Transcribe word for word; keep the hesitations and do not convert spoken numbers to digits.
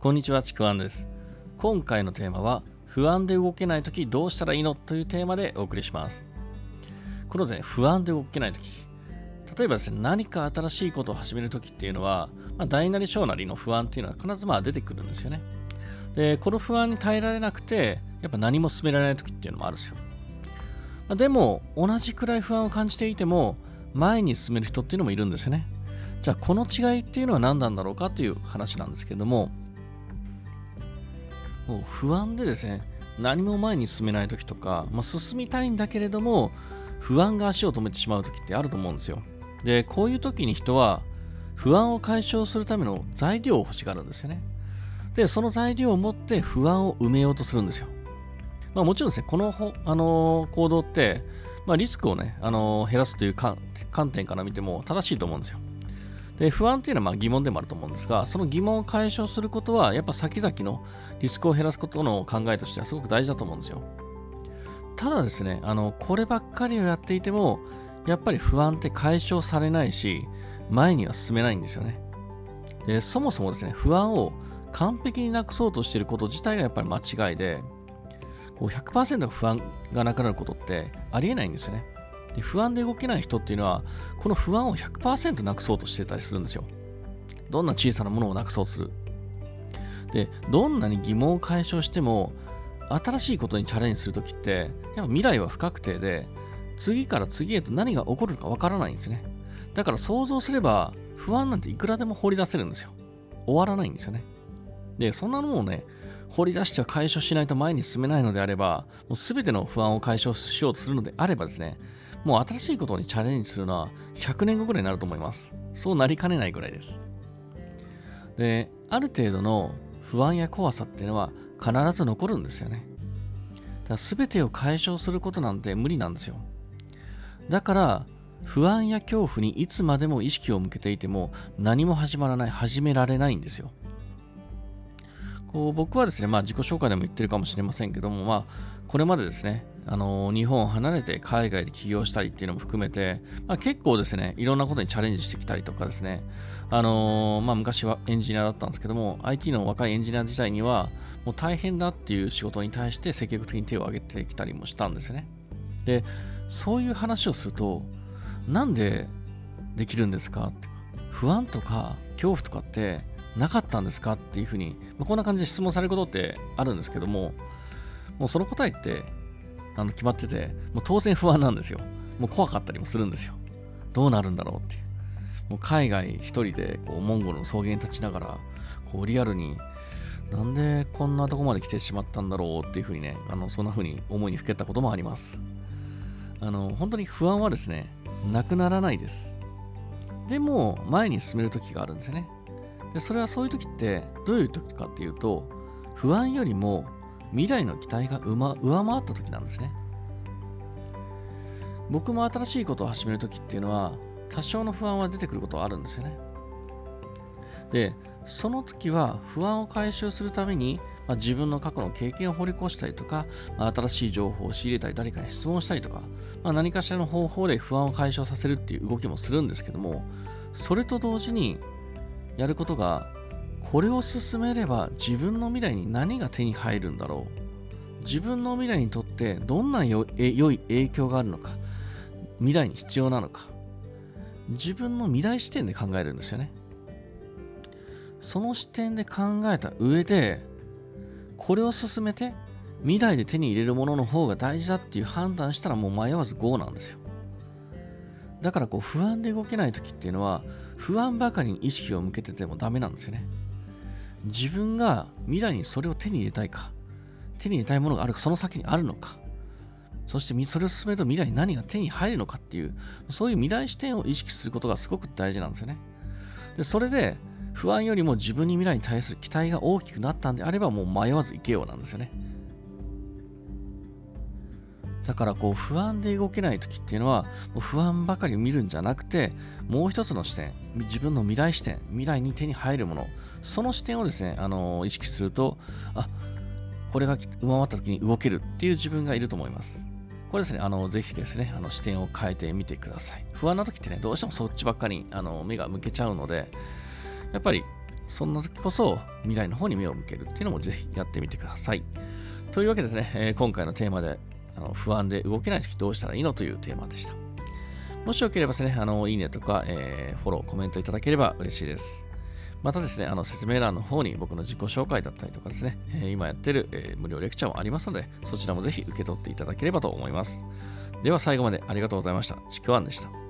こんにちは、ちくわんです。今回のテーマは、不安で動けないときどうしたらいいのというテーマでお送りします。このですね、不安で動けないとき、例えばですね、何か新しいことを始めるときっていうのは、まあ、大なり小なりの不安っていうのは必ずまあ出てくるんですよね。で、この不安に耐えられなくて、やっぱ何も進められないときっていうのもあるんですよ。まあ、でも、同じくらい不安を感じていても、前に進める人っていうのもいるんですよね。じゃあ、この違いっていうのは何なんだろうかという話なんですけれども、もう不安でですね、何も前に進めないときとか、まあ、進みたいんだけれども、不安が足を止めてしまうときってあると思うんですよ。で、こういうときに人は、不安を解消するための材料を欲しがるんですよね。で、その材料を持って不安を埋めようとするんですよ。まあ、もちろんですね、この、あのー行動って、まあ、リスクをね、あのー減らすという観点から見ても正しいと思うんですよ。で、不安っていうのはまあ疑問でもあると思うんですが、その疑問を解消することは、やっぱ先々のリスクを減らすことの考えとしてはすごく大事だと思うんですよ。ただですね、あの、こればっかりをやっていても、やっぱり不安って解消されないし、前には進めないんですよね。で、そもそもですね、不安を完璧になくそうとしていること自体がやっぱり間違いで、こうひゃくパーセント不安がなくなることってありえないんですよね。で、不安で動けない人っていうのは、この不安を ひゃくパーセント なくそうとしてたりするんですよ。どんな小さなものをなくそうとする。で、どんなに疑問を解消しても、新しいことにチャレンジするときって、やっぱ未来は不確定で、次から次へと何が起こるかわからないんですね。だから想像すれば、不安なんていくらでも掘り出せるんですよ。終わらないんですよね。で、そんなのをね、掘り出しては解消しないと前に進めないのであれば、もうすべての不安を解消しようとするのであればですね、もう新しいことにチャレンジするのはひゃくねんごぐらいになると思います。そうなりかねないぐらいです。で、ある程度の不安や怖さっていうのは必ず残るんですよね。だから全てを解消することなんて無理なんですよ。だから、不安や恐怖にいつまでも意識を向けていても何も始まらない、始められないんですよ。こう僕はですね、まあ自己紹介でも言ってるかもしれませんけども、まあこれまでですね、あのー日本を離れて海外で起業したりっていうのも含めて、まあ、結構ですね、いろんなことにチャレンジしてきたりとかですね、あのーまあ昔はエンジニアだったんですけども、アイティー の若いエンジニア時代には、もう大変だっていう仕事に対して積極的に手を挙げてきたりもしたんですよね。で、そういう話をすると、なんでできるんですかって、不安とか恐怖とかってなかったんですかっていうふうに、まあ、こんな感じで質問されることってあるんですけども、もうその答えってあの決まってて、もう当然不安なんですよ。もう怖かったりもするんですよ。どうなるんだろうっていう。もう海外一人でこうモンゴルの草原に立ちながら、こうリアルになんでこんなとこまで来てしまったんだろうっていうふうにね、あのそんなふうに思いにふけったこともあります。あの本当に不安はですね、なくならないです。でも前に進める時があるんですよね。で、それはそういう時ってどういう時かっていうと、不安よりも未来の期待が上回った時なんですね。僕も新しいことを始める時っていうのは、多少の不安は出てくることはあるんですよね。で、その時は不安を解消するために、まあ、自分の過去の経験を掘り越したりとか、まあ、新しい情報を仕入れたり、誰かに質問したりとか、まあ、何かしらの方法で不安を解消させるっていう動きもするんですけども、それと同時にやることが、これを進めれば自分の未来に何が手に入るんだろう。自分の未来にとってどんな良い影響があるのか。未来に必要なのか。自分の未来視点で考えるんですよね。その視点で考えた上で、これを進めて未来で手に入れるものの方が大事だっていう判断したらもう迷わず ゴー なんですよ。だからこう不安で動けない時っていうのは、不安ばかりに意識を向けててもダメなんですよね。自分が未来にそれを手に入れたいか、手に入れたいものがあるか、その先にあるのか、そしてそれを進めると未来に何が手に入るのかっていう、そういう未来視点を意識することがすごく大事なんですよね。で、それで不安よりも自分に未来に対する期待が大きくなったんであれば、もう迷わず行けようなんですよね。だからこう不安で動けない時っていうのは、もう不安ばかり見るんじゃなくて、もう一つの視点、自分の未来視点、未来に手に入るもの、その視点をですね、あのー意識すると、あ、これが上回った時に動けるっていう自分がいると思います。これですね、あのぜひですね、あの視点を変えてみてください。不安な時ってね、どうしてもそっちばっかりあの目が向けちゃうので、やっぱりそんな時こそ未来の方に目を向けるっていうのもぜひやってみてください。というわけでですね、えー今回のテーマであの不安で動けない時どうしたらいいのというテーマでした。もしよければですね、あのいいねとか、えーフォロー、コメントいただければ嬉しいです。またですね、あの説明欄の方に僕の自己紹介だったりとかですね、えー今やってる、えー無料レクチャーもありますので、そちらもぜひ受け取っていただければと思います。では最後までありがとうございました。ちくわんでした。